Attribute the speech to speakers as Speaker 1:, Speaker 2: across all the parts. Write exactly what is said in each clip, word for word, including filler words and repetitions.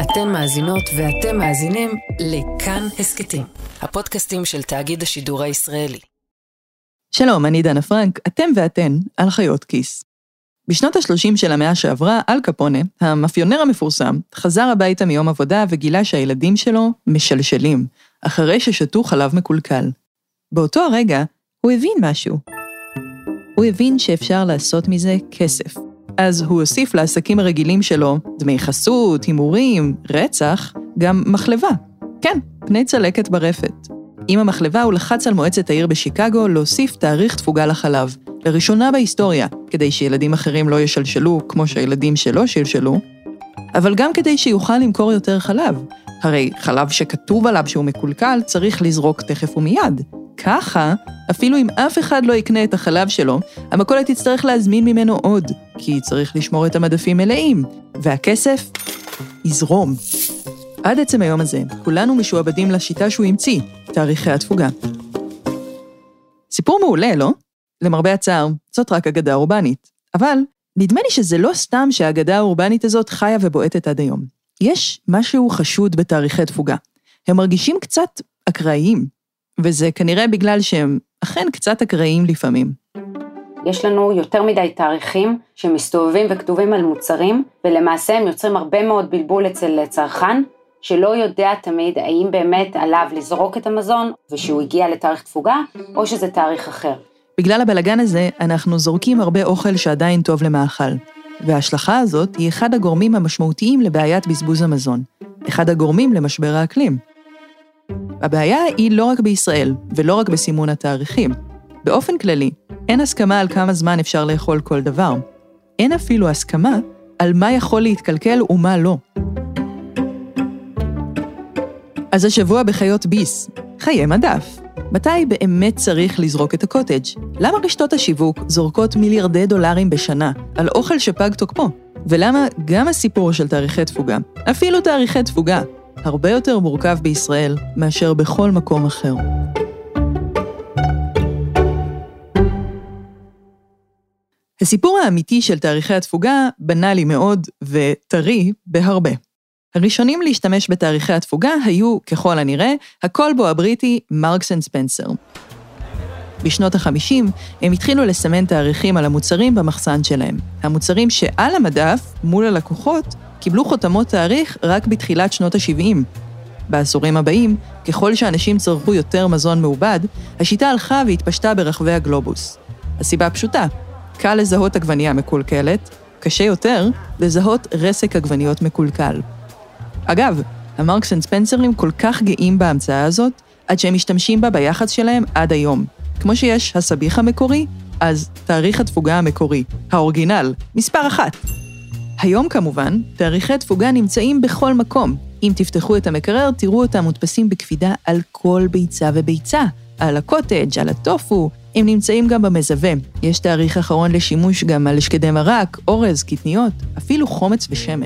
Speaker 1: אתן מאזינות ואתם מאזינים לכאן הסקטים, הפודקאסטים של תאגיד השידור הישראלי.
Speaker 2: שלום, אני דנה פרנק, אתם ואתן על חיות כיס. בשנות ה-שלושים של המאה שעברה, אל קפונה, המאפיונר המפורסם, חזר הביתה מיום עבודה וגילה שהילדים שלו משלשלים, אחרי ששתו חלב מקולקל. באותו הרגע, הוא הבין משהו. הוא הבין שאפשר לעשות מזה כסף. אז הוא הוסיף לעסקים הרגילים שלו, דמי חסות, הימורים, רצח, גם מחלבה. כן, פני צלקת ברפת. עם המחלבה הוא לחץ על מועצת העיר בשיקגו להוסיף תאריך תפוגה לחלב, לראשונה בהיסטוריה, כדי שילדים אחרים לא ישלשלו כמו שהילדים שלו שלשלו, אבל גם כדי שיוכל למכור יותר חלב. הרי חלב שכתוב עליו שהוא מקולקל צריך לזרוק תכף ומיד. ככה, אפילו אם אף אחד לא יקנה את החלב שלו, המכולת תצטרך להזמין ממנו עוד, כי צריך לשמור את המדפים מלאים, והכסף יזרום. עד עצם היום הזה, כולנו משועבדים לשיטה שהוא המציא, תאריכי התפוגה. סיפור מעולה, לא? למרבה הצער, זאת רק אגדה אורבנית. אבל נדמה לי שזה לא סתם שהאגדה האורבנית הזאת חיה ובועטת עד היום. יש משהו חשוד בתאריכי תפוגה. הם מרגישים קצת אקראיים. וזה כנראה בגלל שהם אכן קצת אקראיים לפעמים.
Speaker 3: יש לנו יותר מדי תאריכים שמסתובבים וכתובים על מוצרים, ולמעשה הם יוצרים הרבה מאוד בלבול אצל צרכן, שלא יודע תמיד האם באמת עליו לזרוק את המזון, ושהוא הגיע לתאריך תפוגה, או שזה תאריך אחר.
Speaker 2: בגלל הבלגן הזה, אנחנו זורקים הרבה אוכל שעדיין טוב למאכל. וההשלכה הזאת היא אחד הגורמים המשמעותיים לבעיית בזבוז המזון. אחד הגורמים למשבר האקלים. הבעיה היא לא רק בישראל, ולא רק בסימון התאריכים. באופן כללי, אין הסכמה על כמה זמן אפשר לאכול כל דבר. אין אפילו הסכמה על מה יכול להתקלקל ומה לא. אז השבוע בחיות ביס, חיי מדף. מתי באמת צריך לזרוק את הקוטג'? למה רשתות השיווק זורקות מיליארדי דולרים בשנה על אוכל שפג תוקפו? ולמה גם הסיפור של תאריכי תפוגה, אפילו תאריכי תפוגה, הרבה יותר מורכב בישראל מאשר בכל מקום אחר. הסיפור האמיתי של תאריכי התפוגה בנאלי מאוד וטרי בהרבה. הראשונים להשתמש בתאריכי התפוגה היו, ככל הנראה, הקולבו הבריטי מרקס אנד ספנסר. בשנות ה-חמישים הם התחילו לסמן תאריכים על המוצרים במחסן שלהם. המוצרים שעל המדף, מול הלקוחות, קיבלו חותמות תאריך רק בתחילת שנות ה-שבעים. בעשורים הבאים, ככל שאנשים צרכו יותר מזון מעובד, השיטה הלכה והתפשטה ברחבי הגלובוס. הסיבה פשוטה, קל לזהות עגבנייה מקולקלת, קשה יותר לזהות רסק עגבניות מקולקל. אגב, המרקס אנד ספנסרים כל כך גאים בהמצאה הזאת, עד שהם משתמשים בה ביחס שלהם עד היום. כמו שיש הסביח המקורי, אז תאריך התפוגה המקורי, האורגינל, מספר אחת. היום כמובן, תאריכי תפוגה נמצאים בכל מקום. אם תפתחו את המקרר, תראו אותם מודפסים בקפידה על כל ביצה וביצה, על הקוטג', על הטופו, הם נמצאים גם במזווה. יש תאריך אחרון לשימוש גם על שקדי מרק, אורז, קטניות, אפילו חומץ ושמן.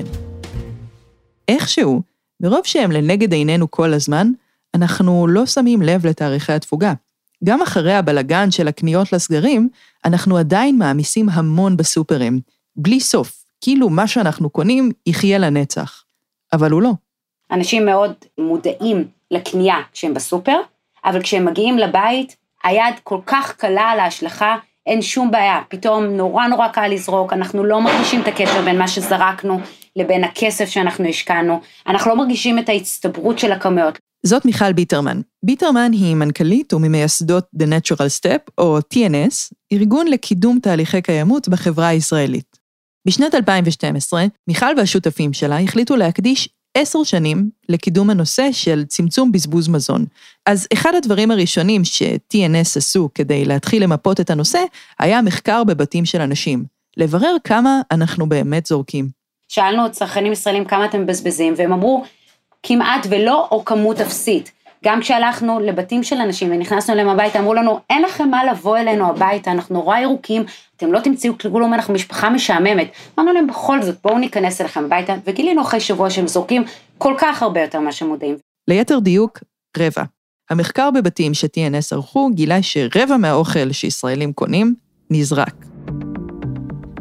Speaker 2: איכשהו, מרוב שהם לנגד עינינו כל הזמן, אנחנו לא שמים לב לתאריכי התפוגה. גם אחרי הבלגן של הקניות לסגרים, אנחנו עדיין מעמיסים המון בסופרים, בלי סוף. כאילו מה שאנחנו קונים יחיה לנצח. אבל הוא לא.
Speaker 3: אנשים מאוד מודעים לקנייה כשהם בסופר, אבל כשהם מגיעים לבית, היד כל כך קלה על ההשלכה, אין שום בעיה. פתאום נורא נורא קל לזרוק, אנחנו לא מרגישים את הקשר בין מה שזרקנו לבין הכסף שאנחנו השקענו, אנחנו לא מרגישים את ההצטברות של הכמויות.
Speaker 2: זאת מיכל ביטרמן. ביטרמן היא מנכ"לית וממייסדות The Natural Step, או טי אן אס, ארגון לקידום תהליכי קיימות בחברה הישראלית. בשנת אלפיים ושתים עשרה, מיכל והשותפים שלה החליטו להקדיש עשר שנים לקידום הנושא של צמצום בזבוז מזון. אז אחד הדברים הראשונים ש-טי אן אס עשו כדי להתחיל למפות את הנושא, היה מחקר בבתים של אנשים. לברר כמה אנחנו באמת זורקים.
Speaker 3: שאלנו את צרכנים ישראלים כמה אתם מבזבזים, והם אמרו כמעט ולא או כמות אפסית. גם כשהלכנו לבתים של אנשים ונכנסנו אליהם הביתה, אמרו לנו, אין לכם מה לבוא אלינו הביתה, אנחנו נורא ירוקים, אתם לא תמצאו כלום, אנחנו משפחה משעממת. אמרנו להם בכל זאת, בואו ניכנס אליכם הביתה, וגילינו אחרי שבוע שהם זורקים כל כך הרבה יותר מה שמודעים.
Speaker 2: ליתר דיוק, רבע. המחקר בבתים ש-טי אן אס ערכו גילה שרבע מהאוכל שישראלים קונים נזרק.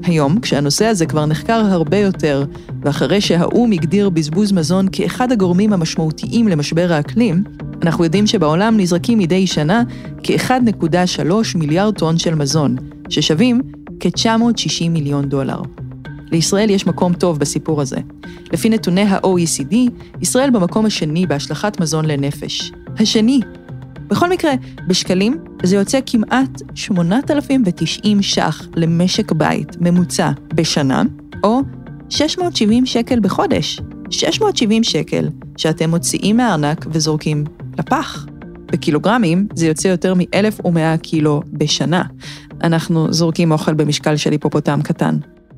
Speaker 2: היום, כשהנושא הזה כבר נחקר הרבה יותר, ואחרי שהאו"ם הגדיר בזבוז מזון כאחד הגורמים המשמעותיים למשבר האקלים, אנחנו יודעים שבעולם נזרקים מדי שנה כ-אחד נקודה שלוש מיליארד טון של מזון, ששווים כ-תשע מאות ושישים מיליון דולר. לישראל יש מקום טוב בסיפור הזה. לפי נתוני ה-או אי סי די, ישראל במקום השני בהשלכת מזון לנפש. השני. בכל מקרה, בשקלים זה יוצא כמעט שמונת אלפים ותשעים ש"ח למשק בית ממוצע בשנה, או שש מאות שבעים שקל בחודש. שש מאות שבעים שקל שאתם מוציאים מהארנק וזורקים לפח. בקילוגרמים זה יוצא יותר מ-אלף ומאה קילו בשנה. אנחנו זורקים אוכל במשקל של היפופוטם קטן.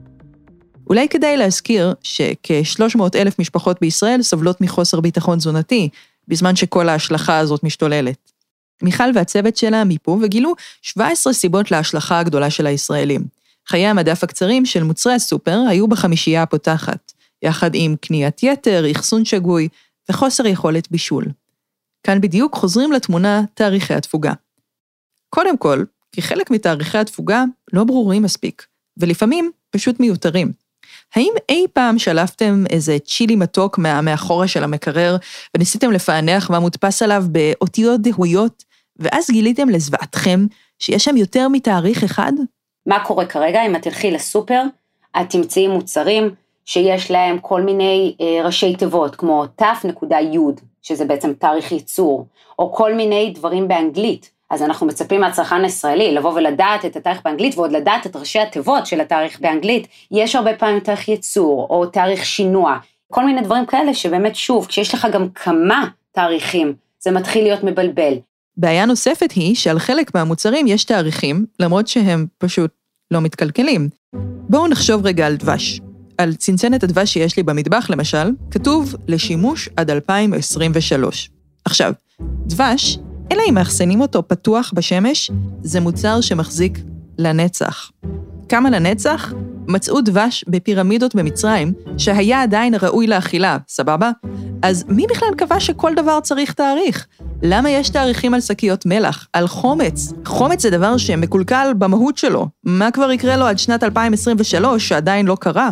Speaker 2: אולי כדאי להזכיר שכ-שלוש מאות אלף משפחות בישראל סובלות מחוסר ביטחון תזונתי, בזמן שכל ההשלכה הזאת משתוללת. מיכל והצוות שלה מיפו וגילו שבע עשרה סיבות להשלכה הגדולה של הישראלים. חיי המדף הקצרים של מוצרי הסופר היו בחמישייה הפותחת, יחד עם קניית יתר, אחסון שגוי וחוסר יכולת בישול. כאן בדיוק חוזרים לתמונה תאריכי התפוגה. קודם כל, כי חלק מתאריכי התפוגה לא ברורים מספיק, ולפעמים פשוט מיותרים. האם אי פעם שלפתם איזה צ'ילי מתוק מה, מאחורה של המקרר, וניסיתם לפענח מה מודפס עליו באותיות דהויות, ואז גיליתם לזוועתכם שיש שם יותר מתאריך אחד?
Speaker 3: מה קורה כרגע? אם את תלכי לסופר, את תמצאי מוצרים שיש להם כל מיני אה, ראשי תיבות, כמו תף נקודה יוד, שזה בעצם תאריך ייצור, או כל מיני דברים באנגלית. אז אנחנו מצפים מהצרכן הישראלי לבוא ולדעת את התאריך באנגלית, ועוד לדעת את ראשי התיבות של התאריך באנגלית. יש הרבה פעמים תאריך ייצור, או תאריך שינוע, כל מיני דברים כאלה שבאמת שוב, כשיש לך גם כמה תאריכים, זה מתחיל להיות מבלבל.
Speaker 2: בעיה נוספת היא שעל חלק מהמוצרים יש תאריכים, למרות שהם פשוט לא מתקלקלים. בואו נחשוב רגע על דבש. על צנצנת הדבש שיש לי במטבח, למשל, כתוב לשימוש עד אלפיים עשרים ושלוש. עכשיו, דבש, אלא אם מאחסנים אותו פתוח בשמש, זה מוצר שמחזיק לנצח. כמה לנצח? מצאו דבש בפירמידות במצרים, שהיה עדיין ראוי לאכילה, סבבה? אז מי בכלל קבע שכל דבר צריך תאריך? למה יש תאריכים על שקיות מלח, על חומץ? חומץ זה דבר שמקולקל במהות שלו. מה כבר יקרה לו עד שנת אלפיים עשרים ושלוש שעדיין לא קרה?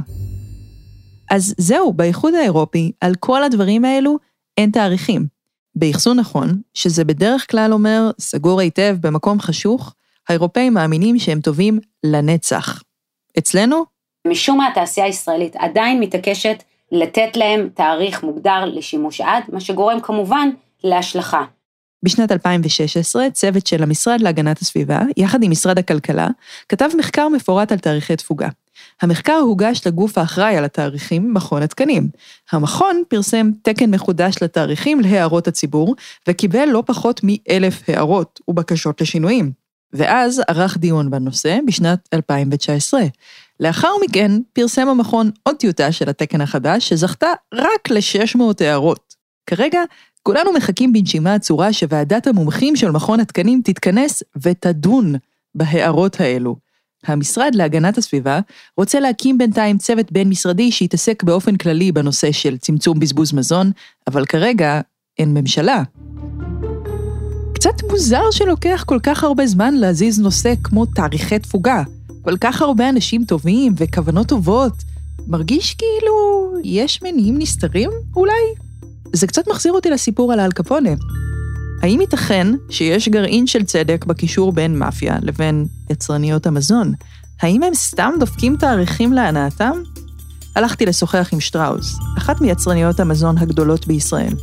Speaker 2: אז זהו, באיחוד האירופי, על כל הדברים האלו אין תאריכים. באחסון נכון, שזה בדרך כלל אומר סגור היטב במקום חשוך, האירופאים מאמינים שהם טובים לנצח. אצלנו?
Speaker 3: משום מה התעשייה הישראלית עדיין מתעקשת לתת להם תאריך מוגדר לשימוש עד, מה שגורם כמובן להשלכה.
Speaker 2: בשנת אלפיים ושש עשרה, צוות של המשרד להגנת הסביבה, יחד עם משרד הכלכלה, כתב מחקר מפורט על תאריכי תפוגה. המחקר הוגש לגוף האחראי על התאריכים, מכון התקנים. המכון פרסם תקן מחודש לתאריכים להערות הציבור, וקיבל לא פחות מאלף הערות ובקשות לשינויים. ואז ערך דיון בנושא בשנת אלפיים תשע עשרה. לאחר מכן פרסם המכון עוד טיוטה של התקן החדש, שזכתה רק ל-שש מאות הערות. כרגע, כולנו מחכים בנשימה עצורה שוועדת המומחים של מכון התקנים תתכנס ותדון בהערות האלו. המשרד להגנת הסביבה רוצה להקים בינתיים צוות בין משרדי שיתעסק באופן כללי בנושא של צמצום בזבוז מזון, אבל כרגע אין ממשלה. קצת מוזר שלוקח כל כך הרבה זמן להזיז נושא כמו תאריכי תפוגה. כל כך הרבה אנשים טובים וכוונות טובות. מרגיש כאילו יש מניעים נסתרים אולי? זה קצת מחזיר אותי לסיפור על אל קפונה. האם ייתכן שיש גרעין של צדק בקישור בין מאפיה לבין יצרניות המזון? האם הם סתם דופקים תאריכים להנאתם? הלכתי לשוחח עם שטראוס, אחת מיצרניות המזון הגדולות בישראל.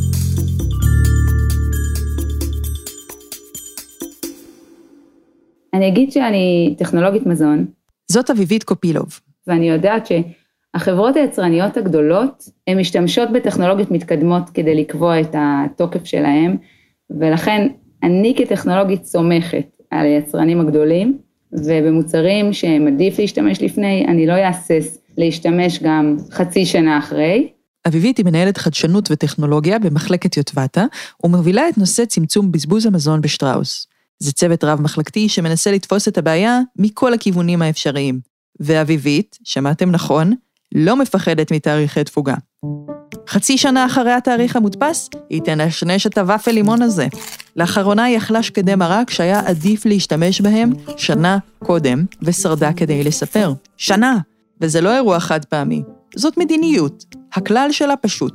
Speaker 4: אני אגיד שאני טכנולוגית מזון.
Speaker 2: זאת אביבית קופילוב.
Speaker 4: ואני יודעת שהחברות היצרניות הגדולות, הן משתמשות בטכנולוגיות מתקדמות כדי לקבוע את התוקף שלהם, ולכן אני כטכנולוגית סומכת על היצרנים הגדולים, ובמוצרים שמעדיף להשתמש לפני, אני לא יאסס להשתמש גם חצי שנה אחרי.
Speaker 2: אביבית היא מנהלת חדשנות וטכנולוגיה במחלקת יוטבתה, ומובילה את נושא צמצום בזבוז המזון בשטראוס. זה צוות רב מחלקתי שמנסה לתפוס את הבעיה מכל הכיוונים האפשריים. ואביבית, שמעתם נכון, לא מפחדת מתאריכי תפוגה. חצי שנה אחרי התאריך המודפס, היא תנשנש את הוואפל לימון הזה. לאחרונה היא אכלה שקדי מרק שהיה עדיף להשתמש בהם שנה קודם, ושרדה כדי לספר. שנה! וזה לא אירוע חד פעמי, זאת מדיניות. הכלל שלה פשוט.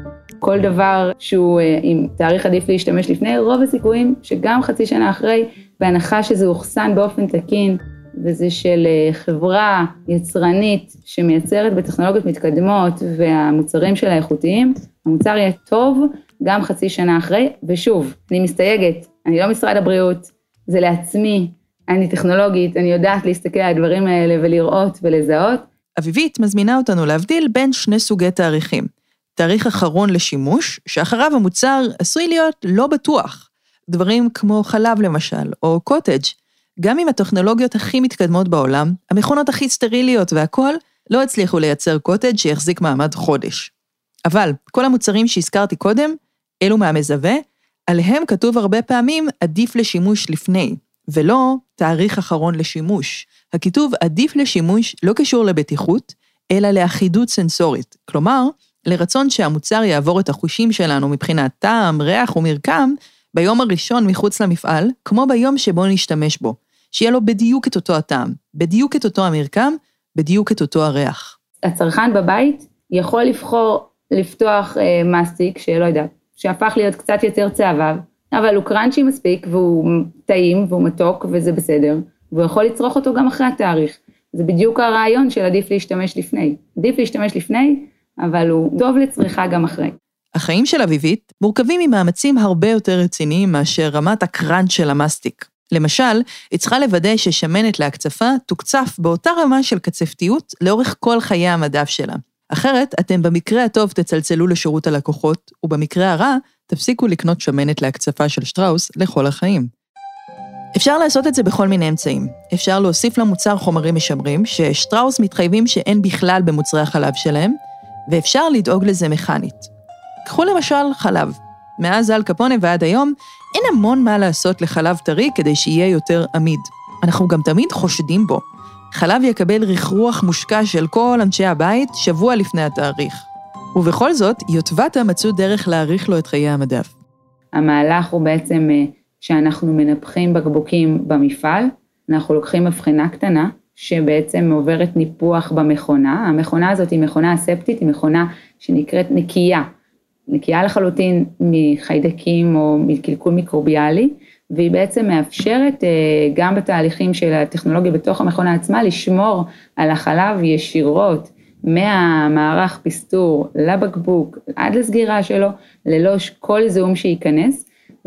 Speaker 4: כל דבר שהוא עם תאריך עדיף להשתמש לפני, רוב הסיכויים שגם חצי שנה אחרי, בהנחה שזה הוכסן באופן תקין, וזה של חברה יצרנית שמייצרת בטכנולוגיות מתקדמות, והמוצרים שלה איכותיים, המוצר יהיה טוב גם חצי שנה אחרי, ושוב, אני מסתייגת, אני לא משרד הבריאות, זה לעצמי, אני טכנולוגית, אני יודעת להסתכל על הדברים האלה ולראות ולזהות.
Speaker 2: אביבית מזמינה אותנו להבדיל בין שני סוגי תאריכים. תאריך אחרון לשימוש, שאחריו המוצר עשוי להיות לא בטוח. דברים כמו חלב למשל, או קוטג'. גם עם הטכנולוגיות הכי מתקדמות בעולם, המכונות הכי סטריליות והכל, לא הצליחו לייצר קוטג' שיחזיק מעמד חודש. אבל כל המוצרים שהזכרתי קודם, אלו מהמזווה, עליהם כתוב הרבה פעמים עדיף לשימוש לפני, ולא תאריך אחרון לשימוש. הכיתוב עדיף לשימוש לא קשור לבטיחות, אלא לאחידות סנסורית. כלומר, לרצון שהמוצר יעבור את החושים שלנו מבחינת טעם, ריח ומרקם, ביום הראשון מחוץ למפעל, כמו ביום שבו נשתמש בו. שיהיה לו בדיוק את אותו הטעם, בדיוק את אותו המרקם, בדיוק את אותו הריח.
Speaker 4: הצרכן בבית יכול לבחור לפתוח אה, מסטיק, שלא יודע, שהפך להיות קצת יותר צהבב, אבל הוא קרנצ'י מספיק, והוא טעים, והוא מתוק, וזה בסדר, והוא יכול לצרוך אותו גם אחרי התאריך. זה בדיוק הרעיון של עדיף להשתמש לפני. עדיף להשתמש לפני, אבל הוא טוב לצריכה גם אחרי.
Speaker 2: החיים של אביבית מורכבים ממאמצים הרבה יותר רציניים מאשר רמת הקרנץ' של המסטיק. למשל, היא צריכה לוודא ששמנת להקצפה תוקצף באותה רמה של קצפתיות לאורך כל חיי המדף שלה. אחרת, אתם במקרה הטוב תצלצלו לשירות הלקוחות, ובמקרה הרע, תפסיקו לקנות שמנת להקצפה של שטראוס לכל החיים. אפשר לעשות את זה בכל מיני אמצעים. אפשר להוסיף למוצר חומרים משמרים, ששטראוס מתחייבים שאין בכלל במוצרי החלב שלהם, ואפשר לדאוג לזה מכנית. קחו למשל חלב. מאז אל קפונה ועד היום, אין המון מה לעשות לחלב טרי כדי שיהיה יותר עמיד. אנחנו גם תמיד חושדים בו. חלב יקבל ריחרוח מושקע של כל אנשי הבית שבוע לפני התאריך. ובכל זאת, יוטבתה מצאו דרך להאריך לו את חיי המדף.
Speaker 4: המהלך הוא בעצם שאנחנו מנפחים בקבוקים במפעל, אנחנו לוקחים מבחנה קטנה, שבעצם עוברת ניפוח במכונה. המכונה הזאת היא מכונה אספטית, היא מכונה שנקראת נקייה. נקייה לחלוטין מחיידקים או מקלקול מיקרוביאלי, והיא בעצם מאפשרת גם בתהליכים של הטכנולוגיה בתוך המכונה עצמה, לשמור על החלב ישירות מהמערך פסטור לבקבוק עד לסגירה שלו, ללא כל זיהום שייכנס,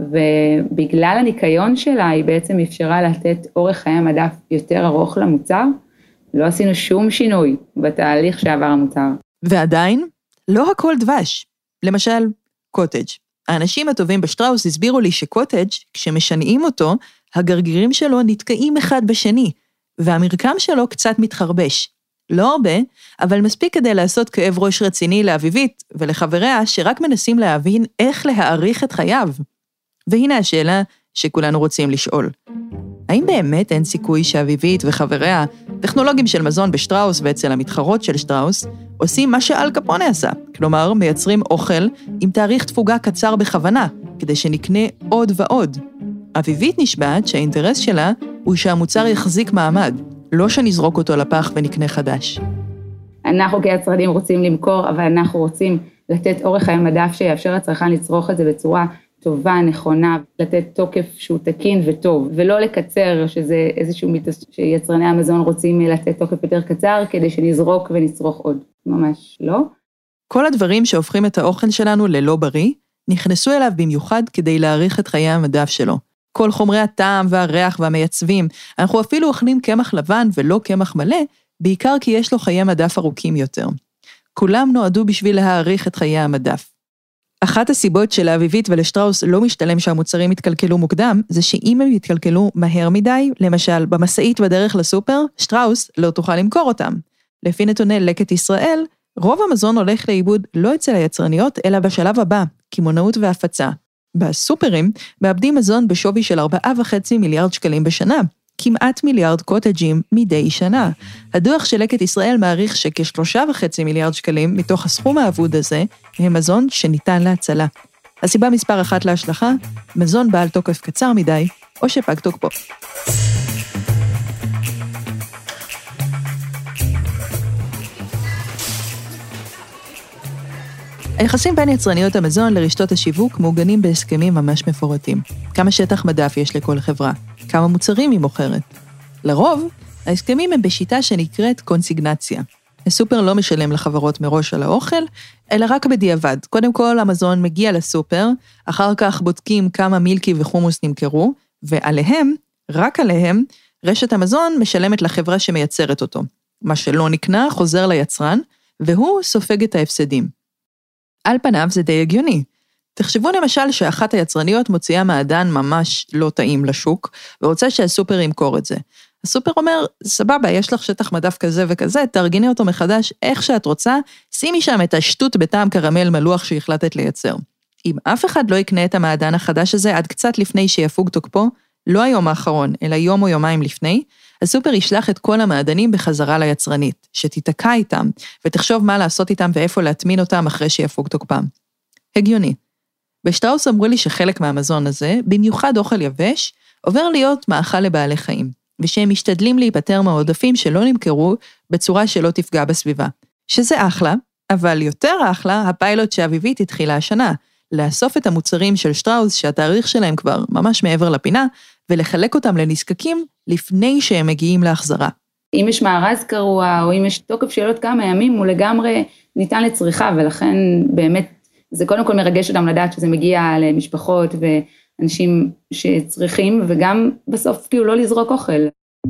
Speaker 4: ובגלל הניקיון שלה היא בעצם אפשרה לתת אורך חיי מדף יותר ארוך למוצר, לא עשינו שום שינוי בתהליך שעבר המוצר.
Speaker 2: ועדיין, לא הכל דבש. למשל, קוטג'. האנשים הטובים בשטראוס הסבירו לי שקוטג', כשמשנעים אותו, הגרגירים שלו נתקעים אחד בשני, והמרקם שלו קצת מתחרבש. לא הרבה, אבל מספיק כדי לעשות כאב ראש רציני לאביבית ולחבריה שרק מנסים להבין איך להאריך את חייו. והנה השאלה שכולנו רוצים לשאול. האם באמת אין סיכוי שאביבית וחבריה, טכנולוגים של מזון בשטראוס ואצל המתחרות של שטראוס, עושים מה שאל קפונה עשה, כלומר מייצרים אוכל עם תאריך תפוגה קצר בכוונה, כדי שנקנה עוד ועוד. אביבית נשבעת שהאינטרס שלה הוא שהמוצר יחזיק מעמד, לא שנזרוק אותו לפח ונקנה חדש.
Speaker 4: אנחנו כיצרנים רוצים למכור, אבל אנחנו רוצים לתת אורך חיי מדף שיאפשר לצרכן לצרוך את זה בצורה טובה, נכונה, לתת תוקף שהוא תקין וטוב, ולא לקצר, שזה איזשהו מיתוס שיצרני המזון רוצים לתת תוקף יותר קצר, כדי שנזרוק ונצרוך עוד. ממש לא.
Speaker 2: כל הדברים שהופכים את האוכל שלנו ללא בריא, נכנסו אליו במיוחד כדי להאריך את חיי המדף שלו. כל חומרי הטעם והריח והמייצבים, אנחנו אפילו אוכלים קמח לבן ולא קמח מלא, בעיקר כי יש לו חיי מדף ארוכים יותר. כולם נועדו בשביל להאריך את חיי המדף. אחת הסיבות שלאביבית ולשטראוס לא משתלם שהמוצרים יתקלקלו מוקדם, זה שאם הם יתקלקלו מהר מדי, למשל במסעית בדרך לסופר, שטראוס לא תוכל למכור אותם. לפי נתוני לקט ישראל, רוב המזון הולך לאיבוד לא אצל היצרניות, אלא בשלב הבא, קמעונאות והפצה. בסופרים מאבדים מזון בשווי של ארבעה וחצי מיליארד שקלים בשנה, כמעט מיליארד קוטג'ים מדי שנה. הדוח של לקט ישראל מעריך שכשלושה וחצי מיליארד שקלים מתוך הסכום האבוד הזה, הם מזון שניתן להצלה. הסיבה מספר אחת להשלכה, מזון בעל תוקף קצר מדי, או שפג תוקפו. היחסים בין יצרניות המזון לרשתות השיווק מעוגנים בהסכמים ממש מפורטים. כמה שטח מדף יש לכל חברה, כמה מוצרים היא מוכרת. לרוב, ההסכמים הם בשיטה שנקראת קונסיגנציה. הסופר לא משלם לחברות מראש על האוכל, אלא רק בדיעבד. קודם כל, המזון מגיע לסופר, אחר כך בודקים כמה מילקי וחומוס נמכרו, ועליהם, רק עליהם, רשת המזון משלמת לחברה שמייצרת אותו. מה שלא נקנה חוזר ליצרן, והוא סופג את ההפסדים. על פניו זה די הגיוני. תחשבו למשל שאחת היצרניות מוציאה מעדן ממש לא טעים לשוק, ורוצה שהסופר ימכור את זה. הסופר אומר, סבבה, יש לך שטח מדף כזה וכזה, תארגני אותו מחדש איך שאת רוצה, שימי שם את השטות בטעם קרמל מלוח שהחלטת לייצר. אם אף אחד לא יקנה את המעדן החדש הזה עד קצת לפני שיפוג תוקפו, לא היום האחרון, אלא יום או יומיים לפני, הסופר ישלח את כל המעדנים בחזרה ליצרנית, שתתקע איתם, ותחשוב מה לעשות איתם ואיפה להטמין אותם אחרי שיפוג תוקפם. הגיוני. בשטראוס אמרו לי שחלק מהמזון הזה, במיוחד אוכל יבש, עובר להיות מאכל לבעלי חיים, ושהם משתדלים להיפטר מהעודפים שלא נמכרו בצורה שלא תפגע בסביבה. שזה אחלה, אבל יותר אחלה, הפיילוט שאביבית התחילה השנה, לאסוף את המוצרים של שטראוס שהתאריך שלהם כבר ממש מעבר לפינה, ולחלק אותם לנזקקים לפני שהם מגיעים להחזרה.
Speaker 4: אם יש מארז קרוע, או אם יש תוקף של עוד כמה ימים, הוא לגמרי ניתן לצריכה, ולכן באמת זה קודם כל מרגש אותם לדעת שזה מגיע למשפחות ואנשים שצריכים, וגם בסוף כאילו לא לזרוק אוכל.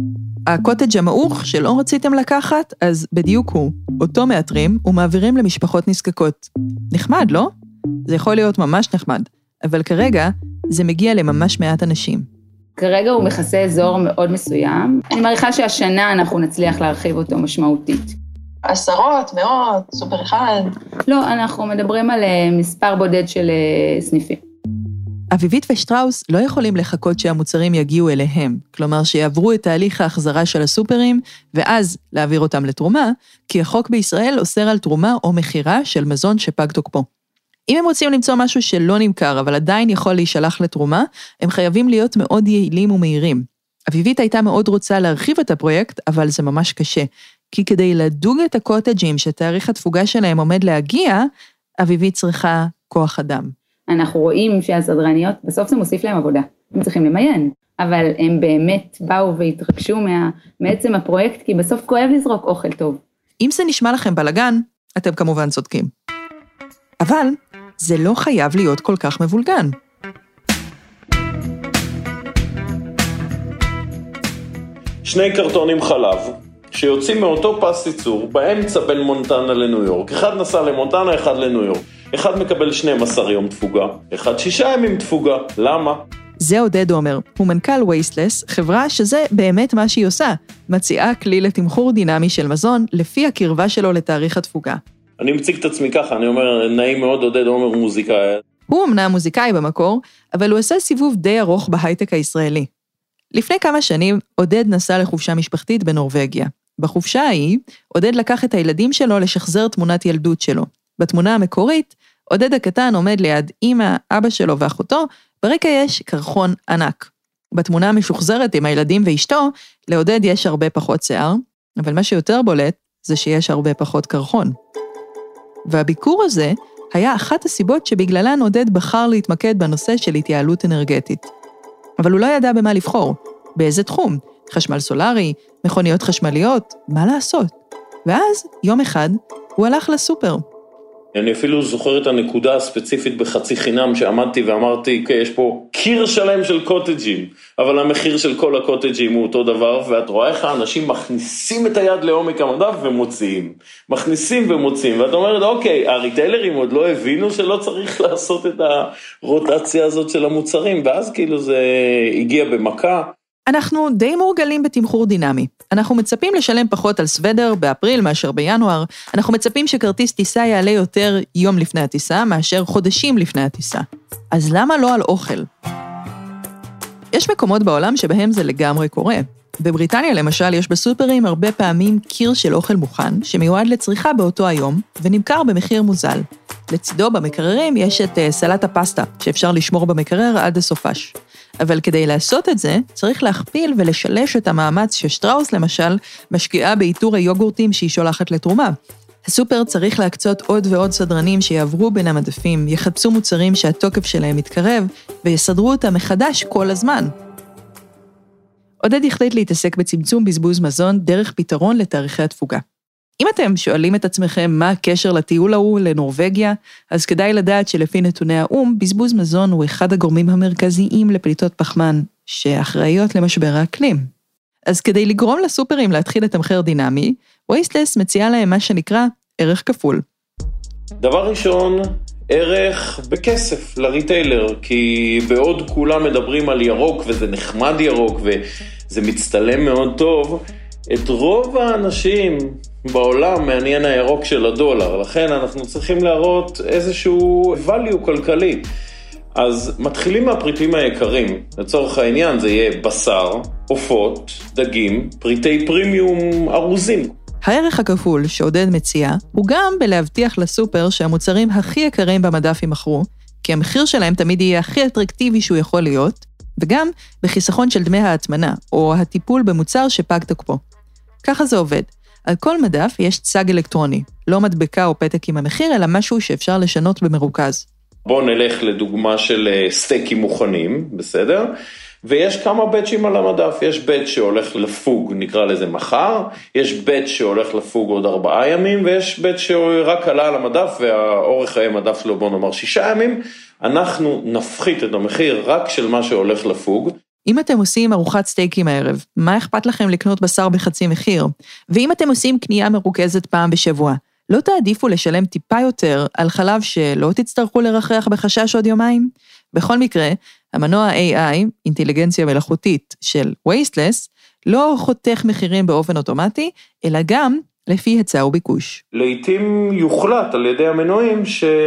Speaker 2: הקוטג' המעוך שלא רציתם לקחת, אז בדיוק הוא. אותו מאתרים ומעבירים למשפחות נזקקות. נחמד, לא? זה יכול להיות ממש נחמד, אבל כרגע זה מגיע לממש מעט אנשים.
Speaker 4: כרגע הוא מכסה אזור מאוד מסוים. אני מעריכה שהשנה אנחנו נצליח להרחיב אותו משמעותית.
Speaker 2: עשרות, מאות, סופר אחד.
Speaker 4: לא, אנחנו מדברים על מספר בודד של סניפים.
Speaker 2: אביבית ושטראוס לא יכולים לחכות שהמוצרים יגיעו אליהם, כלומר שיעברו את תהליך ההחזרה של הסופרים, ואז להעביר אותם לתרומה, כי החוק בישראל אוסר על תרומה או מחירה של מזון שפג תוקפו. אם הם רוצים למצוא משהו שלא נמכר, אבל עדיין יכול להישלח לתרומה, הם חייבים להיות מאוד יעילים ומהירים. אביבית הייתה מאוד רוצה להרחיב את הפרויקט, אבל זה ממש קשה, כי כדי לדוג את הקוטג'ים שתאריך התפוגה שלהם עומד להגיע, אביבית צריכה כוח אדם.
Speaker 4: אנחנו רואים שהסדרניות, בסוף זה מוסיף להם עבודה, הם צריכים למיין, אבל הם באמת באו והתרגשו מה, מעצם הפרויקט, כי בסוף כואב לזרוק אוכל טוב.
Speaker 2: אם זה נשמע לכם בלגן, אתם כמובן צודקים. אבל זה לא חייב להיות כל כך מבולגן.
Speaker 5: שני קרטונים חלב, שיוצאים מאותו פס ייצור, באמצע בין מונטנה לניו יורק. אחד נסע למונטנה, אחד לניו יורק. אחד מקבל שנים עשר יום תפוגה, אחד שישה ימים תפוגה. למה?
Speaker 2: זה עודד עומר, הוא מנכ"ל וייסטלס, חברה שזה באמת מה שהיא עושה, מציעה כלי לתמחור דינמי של מזון, לפי הקרבה שלו לתאריך התפוגה.
Speaker 5: אני מציג את עצמי ככה, אני אומר, נעים מאוד, עודד עומר מוזיקאי.
Speaker 2: הוא אמנם מוזיקאי במקור, אבל הוא עושה סיבוב די ארוך בהייטק הישראלי. לפני כמה שנים, עודד נסע לחופשה משפחתית בנורווגיה. בחופשה ההיא, עודד לקח את הילדים שלו לשחזר תמונת ילדות שלו. בתמונה המקורית, עודד הקטן עומד ליד אמא, אבא שלו ואחותו, ברקע יש קרחון ענק. בתמונה המשוחזרת עם הילדים ואשתו, לעודד יש הרבה פחות שיער, אבל מה שיותר בולט זה שיש הרבה פחות קרחון. והביקור הזה היה אחת הסיבות שבגללן עודד בחר להתמקד בנושא של התייעלות אנרגטית. אבל הוא לא ידע במה לבחור, באיזה תחום, חשמל סולרי, מכוניות חשמליות, מה לעשות? ואז, יום אחד, הוא הלך לסופר.
Speaker 5: אני אפילו זוכר את הנקודה הספציפית בחצי חינם שעמדתי ואמרתי, יש פה קיר שלם של קוטג'ים, אבל המחיר של כל הקוטג'ים הוא אותו דבר, ואת רואה איך האנשים מכניסים את היד לעומק המדף ומוציאים. מכניסים ומוציאים, ואת אומרת, אוקיי, הריטיילרים עוד לא הבינו שלא צריך לעשות את הרוטציה הזאת של המוצרים, ואז כאילו זה הגיע במכה.
Speaker 2: אנחנו די מורגלים בתמחור דינמי. אנחנו מצפים לשלם פחות על סוודר באפריל מאשר בינואר. אנחנו מצפים שכרטיס טיסה יעלה יותר יום לפני הטיסה מאשר חודשים לפני הטיסה. אז למה לא על אוכל? יש מקומות בעולם שבהם זה לגמרי קורה. בבריטניה למשל יש בסופרים הרבה פעמים קיר של אוכל מוכן שמיועד לצריכה באותו היום ונמכר במחיר מוזל. לצידו במקררים יש את סלט הפסטה, שאפשר לשמור במקרר עד הסופש. אבל כדי לעשות את זה, צריך להכפיל ולשלש את המאמץ ששטראוס למשל משקיעה באיתור היוגורטים שהיא שולחת לתרומה. הסופר צריך להקצות עוד ועוד סדרנים שיעברו בין המדפים, יחפשו מוצרים שהתוקף שלהם מתקרב, ויסדרו אותם מחדש כל הזמן. עודד החליט להתעסק בצמצום בזבוז מזון דרך פתרון לתאריכי התפוגה. אם אתם שואלים את עצמכם מה הקשר לטיול ההוא לנורווגיה, אז כדאי לדעת שלפי נתוני האום, בזבוז מזון הוא אחד הגורמים המרכזיים לפליטות פחמן, שאחראיות למשבר האקלים. אז כדי לגרום לסופרים להתחיל לתמחר דינמי, וייסטלס מציעה להם מה שנקרא ערך כפול.
Speaker 5: דבר ראשון, ערך בכסף לריטיילר, כי בעוד כולם מדברים על ירוק, וזה נחמד ירוק, וזה מצטלם מאוד טוב, את רוב האנשים בעולם מעניין הירוק של הדולר, לכן אנחנו צריכים להראות איזשהו value כלכלי. אז מתחילים מהפריטים היקרים, לצורך העניין זה יהיה בשר, עופות, דגים, פריטי פרימיום ארוזים.
Speaker 2: הערך הכפול שעודד מציע הוא גם בלהבטיח לסופר שהמוצרים הכי יקרים במדף יימכרו, כי המחיר שלהם תמיד יהיה הכי אטרקטיבי שהוא יכול להיות, וגם בחיסכון של דמי ההטמנה, או הטיפול במוצר שפג תוקפו. ככה זה עובד. על כל מדף יש צג אלקטרוני, לא מדבקה או פתק עם המחיר, אלא משהו שאפשר לשנות במרוכז.
Speaker 5: בואו נלך לדוגמה של סטייקים מוכנים, בסדר? ויש כמה בטשים על המדף, יש בט שהולך לפוג, נקרא לזה מחר, יש בט שהולך לפוג עוד ארבעה ימים, ויש בט שרק עלה על המדף, והאורך חיי מדף שלו בוא נאמר שישה ימים, אנחנו נפחית את המחיר רק של מה שהולך לפוג.
Speaker 2: אם אתם עושים ארוחת סטייקים הערב, מה אכפת לכם לקנות בשר בחצי מחיר? ואם אתם עושים קנייה מרוכזת פעם בשבוע, לא תעדיפו לשלם טיפה יותר על חלב שלא תצטרכו לרחח בחשש עוד יומיים? בכל מקרה, המנוע איי איי, אינטליגנציה מלאכותית של וייסטלס, לא חותך מחירים באופן אוטומטי, אלא גם לפי היצע וביקוש.
Speaker 5: לעתים יוחלט על ידי המנועים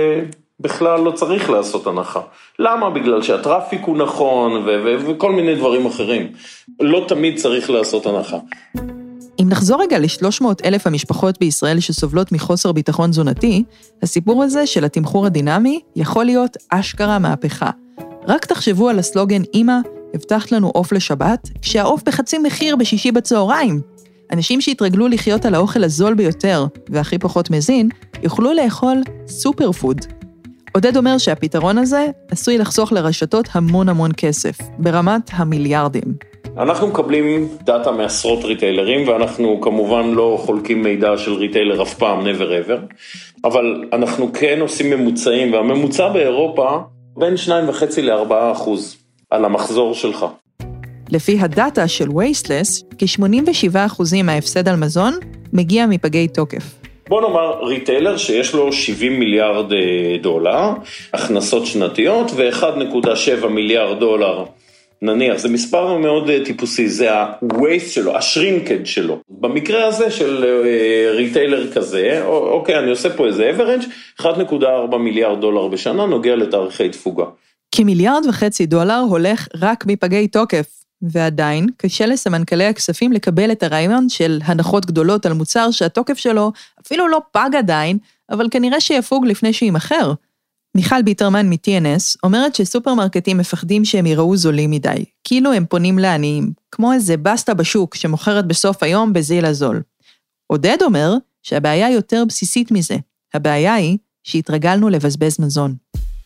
Speaker 5: שבכלל לא צריך לעשות הנחה. למה? בגלל שהטראפיק הוא נכון ו- ו- וכל מיני דברים אחרים. לא תמיד צריך לעשות הנחה.
Speaker 2: אם נחזור רגע ל-שלוש מאות אלף המשפחות בישראל שסובלות מחוסר ביטחון תזונתי, הסיפור הזה של התמחור הדינמי יכול להיות אשכרה מהפכה. רק תחשבו על הסלוגן אמא, הבטחת לנו עוף לשבת, כשהעוף בחצי מחיר בשישי בצהריים. אנשים שהתרגלו לחיות על האוכל הזול ביותר, והכי פחות מזין, יוכלו לאכול סופר פוד. עודד אומר שהפתרון הזה עשוי לחסוך לרשתות המון המון כסף, ברמת המיליארדים.
Speaker 5: אנחנו מקבלים דאטה מעשרות ריטיילרים, ואנחנו כמובן לא חולקים מידע של ריטיילר אף פעם, never ever, אבל אנחנו כן עושים ממוצעים, והממוצע באירופה בין שניים וחצי לארבעה אחוז על המחזור שלך.
Speaker 2: לפי הדאטה של וייסטלס, כ-שמונים ושבעה אחוזים מההפסד על מזון מגיע מפגי תוקף.
Speaker 5: בוא נאמר ריטיילר שיש לו שבעים מיליארד דולר, הכנסות שנתיות, ו-אחד נקודה שבע מיליארד דולר, נניח, זה מספר מאוד טיפוסי, זה ה-waste שלו, השרינקד שלו. במקרה הזה של ריטיילר כזה, אוקיי, אני עושה פה איזה average, אחד נקודה ארבע מיליארד דולר בשנה נוגע לתאריכי תפוגה.
Speaker 2: כמיליארד וחצי דולר הולך רק מפגי תוקף, ועדיין קשה לסמנכלי הכספים לקבל את הרעיון של הנחות גדולות על מוצר שהתוקף שלו אפילו לא פג עדיין, אבל כנראה שיפוג לפני שימחר. מיכל ביטרמן מ-טי אן אס אומרת שסופרמרקטים מפחדים שהם יראו זולים מדי, כאילו הם פונים לעניים, כמו איזה בסטה בשוק שמוכרת בסוף היום בזיל הזול. עודד אומר שהבעיה יותר בסיסית מזה, הבעיה היא שהתרגלנו לבזבז מזון.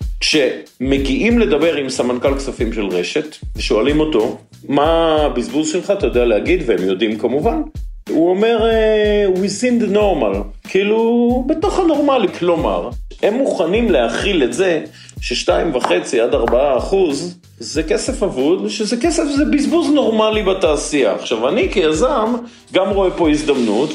Speaker 5: כשמגיעים לדבר עם סמנכ"ל כספים של רשת, ושואלים אותו, מה הבזבוז שלך, אתה יודע להגיד, והם יודעים כמובן, הוא אומר, within the normal, כאילו, בתוך הנורמלי, כלומר, הם מוכנים להכיל את זה, ששתיים וחצי עד ארבעה אחוז, זה כסף אבוד, שזה כסף, זה בזבוז נורמלי בתעשייה. עכשיו, אני כיזם, גם רואה פה הזדמנות,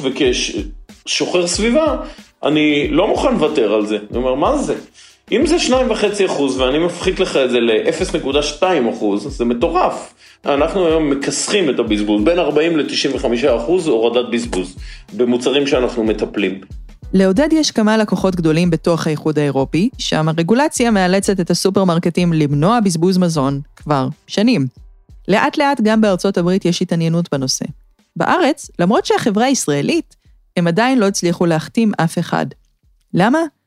Speaker 5: וכשוחר סביבה, אני לא מוכן לוותר על זה. אני אומר, מה זה? אם זה שניים וחצי אחוז, ואני מפחית לך את זה ל-אפס נקודה שתיים אחוז, זה מטורף. אנחנו היום מקסחים את הבזבוז, בין ארבעים ל-תשעים וחמישה אחוז הורדת בזבוז, במוצרים שאנחנו מטפלים.
Speaker 2: לעודד יש כמה לקוחות גדולים בתוך האיחוד האירופי, שם הרגולציה מאלצת את הסופרמרקטים למנוע בזבוז מזון כבר שנים. לאט לאט גם בארצות הברית יש התעניינות בנושא. בארץ, למרות שהחברה הישראלית, הם עדיין לא הצליחו להחתים אף אחד. למה?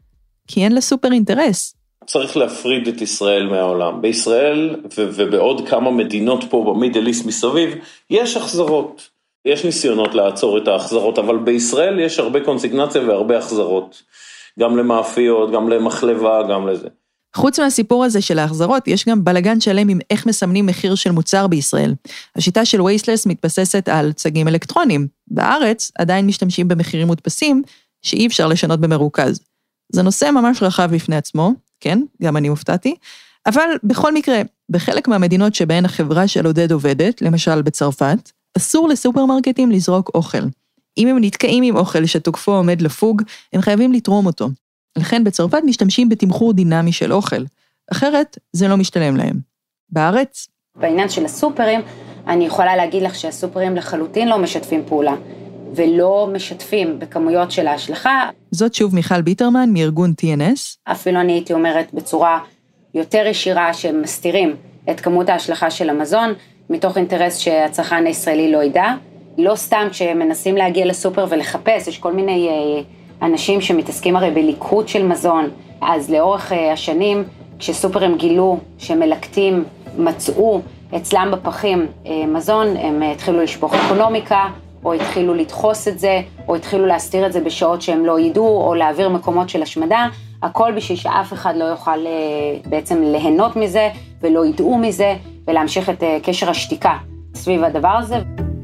Speaker 2: כי אין לסופר אינטרס.
Speaker 5: צריך להפריד את ישראל מהעולם. בישראל ו- ובעוד כמה מדינות פה במידל איסט מסביב, יש החזרות. יש ניסיונות לעצור את ההחזרות, אבל בישראל יש הרבה קונסיגנציה והרבה החזרות. גם למאפיות, גם למחלבה, גם לזה.
Speaker 2: חוץ מהסיפור הזה של ההחזרות, יש גם בלגן שלם עם איך מסמנים מחיר של מוצר בישראל. השיטה של וייסטלס מתבססת על צגים אלקטרונים. בארץ עדיין משתמשים במחירים מודפסים, שאי אפשר לשנות במרוכז. זה נושא ממש רחב בפני עצמו, כן, גם אני מופתעתי, אבל בכל מקרה, בחלק מהמדינות שבהן החברה של עודד עובדת, למשל בצרפת, אסור לסופרמרקטים לזרוק אוכל. אם הם נתקעים עם אוכל שתוקפו עומד לפוג, הם חייבים לתרום אותו. לכן בצרפת משתמשים בתמחור דינמי של אוכל, אחרת זה לא משתלם להם. בארץ?
Speaker 3: בעניין של הסופרים, אני יכולה להגיד לך שהסופרים לחלוטין לא משתפים פעולה, ולא משתפים בכמויות של ההשלכה.
Speaker 2: זאת שוב מיכל ביטרמן מארגון טי אן אס.
Speaker 3: אפילו אני הייתי אומרת בצורה יותר ישירה שמסתירים את כמות ההשלכה של המזון, מתוך אינטרס שהצרכן הישראלי לא ידע. לא סתם כשמנסים להגיע לסופר ולחפש, יש כל מיני אנשים שמתעסקים הרי בליקוט של מזון, אז לאורך השנים, כשסופרים גילו שמלקטים, מצאו אצלם בפחים מזון, הם התחילו לשפוך אקונומיקה, או התחילו לדחוס את זה, או התחילו להסתיר את זה בשעות שהם לא ידעו, או להעביר מקומות של השמדה, הכל בשביל שאף אחד לא יוכל בעצם ליהנות מזה, ולא ידעו מזה, ולהמשיך את קשר השתיקה סביב הדבר הזה.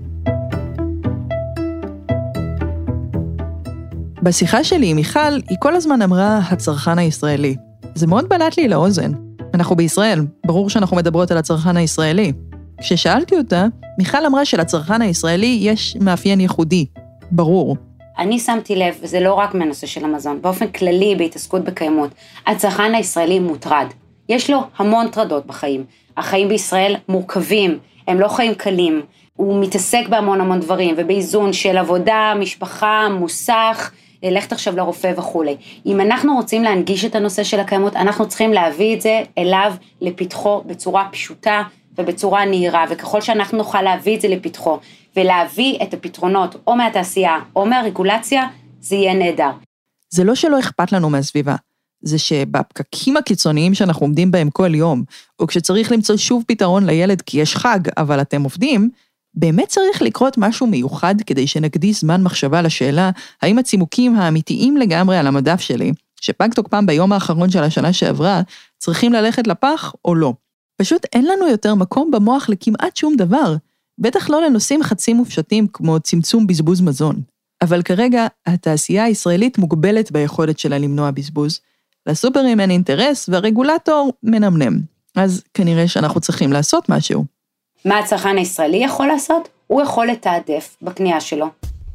Speaker 2: בשיחה שלי עם מיכל, היא כל הזמן אמרה הצרכן הישראלי. זה מאוד בלט לי לאוזן. אנחנו בישראל, ברור שאנחנו מדברות על הצרכן הישראלי. כששאלתי אותה, מיכל אמרה שלצרכן הישראלי יש מאפיין ייחודי, ברור.
Speaker 3: אני שמתי לב, וזה לא רק מהנושא של המזון, באופן כללי בהתעסקות בקיימות, הצרכן הישראלי מוטרד. יש לו המון טרדות בחיים. החיים בישראל מורכבים, הם לא חיים קלים. הוא מתעסק בהמון המון דברים, ובאיזון של עבודה, משפחה, מוסך, ללכת עכשיו לרופא וכו'. אם אנחנו רוצים להנגיש את הנושא של הקיימות, אנחנו צריכים להביא את זה אליו לפתחו בצורה פשוטה ובצורה נהירה, וככל שאנחנו נוכל להביא את זה לפתחו, ולהביא את הפתרונות או מהתעשייה או מהרגולציה, זה יהיה נהדר.
Speaker 2: זה לא שלא אכפת לנו מהסביבה, זה שבפקקים הקיצוניים שאנחנו עומדים בהם כל יום, או כשצריך למצוא שוב פתרון לילד כי יש חג, אבל אתם עובדים, באמת צריך לקרות משהו מיוחד כדי שנקדיש זמן מחשבה לשאלה, האם הצימוקים האמיתיים לגמרי על המדף שלי, שפג תוקפם ביום האחרון של השנה שעברה, צריכים ללכת לפח או לא. פשוט אין לנו יותר מקום במוח לכמעט שום דבר, בטח לא לנושאים חצי מופשטים כמו צמצום בזבוז מזון. אבל כרגע התעשייה הישראלית מוגבלת ביכולת שלה למנוע בזבוז, לסופרים אין אינטרס והרגולטור מנמנם. אז כנראה שאנחנו צריכים לעשות משהו.
Speaker 3: מה הצרכן הישראלי יכול לעשות? הוא יכול לתעדף בקנייה שלו,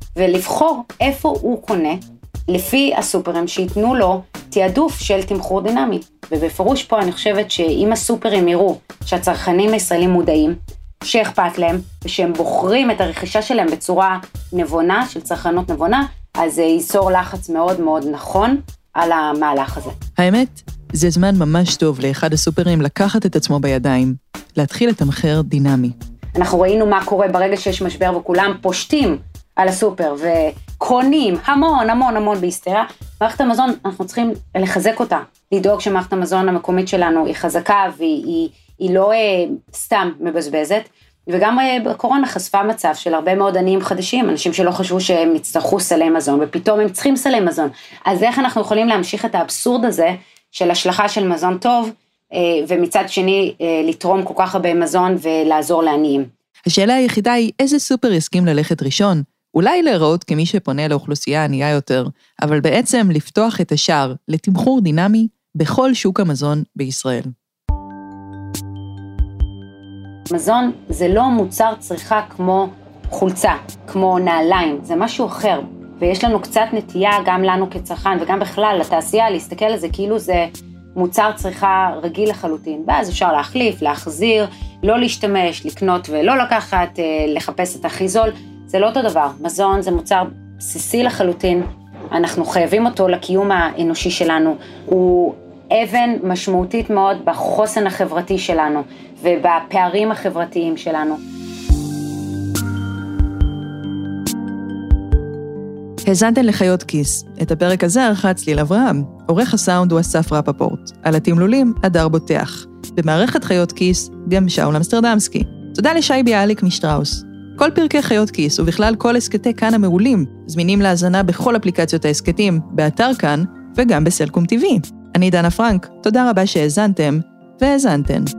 Speaker 3: ולבחור איפה הוא קונה, לפי הסופרים שיתנו לו תעדוף של תמחור דינמי. ובפירוש פה אני חושבת שאם הסופרים יראו שהצרכנים הישראלים מודעים, שאכפת להם, ושהם בוחרים את הרכישה שלהם בצורה נבונה, של צרכנות נבונה, אז זה ייצור לחץ מאוד מאוד נכון על המהלך הזה.
Speaker 2: האמת, זה זמן ממש טוב לאחד הסופרים לקחת את עצמו בידיים, להתחיל לתמחר דינמי.
Speaker 3: אנחנו ראינו מה קורה ברגע שיש משבר וכולם פושטים על הסופר וקונים המון המון המון בהיסטריה. מערכת המזון, אנחנו צריכים לחזק אותה, לדאוג שמערכת המזון המקומית שלנו היא חזקה והיא היא, היא לא אה, סתם מבזבזת. וגם אה, בקורונה חשפה מצב של הרבה מאוד עניים חדשים, אנשים שלא חשבו שהם יצטרכו סלי מזון, ופתאום הם צריכים סלי מזון. אז איך אנחנו יכולים להמשיך את האבסורד הזה של השלכה של מזון טוב, ומצד שני לתרום כל כך הרבה מזון ולעזור לעניים.
Speaker 2: השאלה היחידה היא איזה סופר יסכים ללכת ראשון, אולי להיראות כמי שפונה לאוכלוסייה ענייה יותר, אבל בעצם לפתוח את השער לתמחור דינמי בכל שוק המזון בישראל.
Speaker 3: מזון זה לא מוצר צריכה כמו חולצה, כמו נעליים, זה משהו אחר, ויש לנו קצת נטייה גם לנו כצרכן וגם בכלל לתעשייה להסתכל על זה כאילו זה מוצר צריכה רגיל לחלוטין, ואז אפשר להחליף, להחזיר, לא להשתמש, לקנות ולא לקחת, לחפש את הכי זול, זה לא אותו דבר. מזון זה מוצר בסיסי לחלוטין, אנחנו חייבים אותו לקיום האנושי שלנו, הוא אבן משמעותית מאוד בחוסן החברתי שלנו, ובפערים החברתיים שלנו.
Speaker 2: האזנתן לחיות כיס. את הפרק הזה ערכה צליל אברהם. עורך הסאונד הוא אסף רפפורט. על התמלולים, הדר בוטח. במערכת חיות כיס, גם שאול אמסטרדמסקי. תודה לשי ביאליק משטראוס. כל פרקי חיות כיס, ובכלל כל הסקטי כאן המעולים, זמינים להאזנה בכל אפליקציות ההסקטים, באתר כאן, וגם בסלקום טי וי. אני דנה פרנק, תודה רבה שהאזנתם, והאזנתן.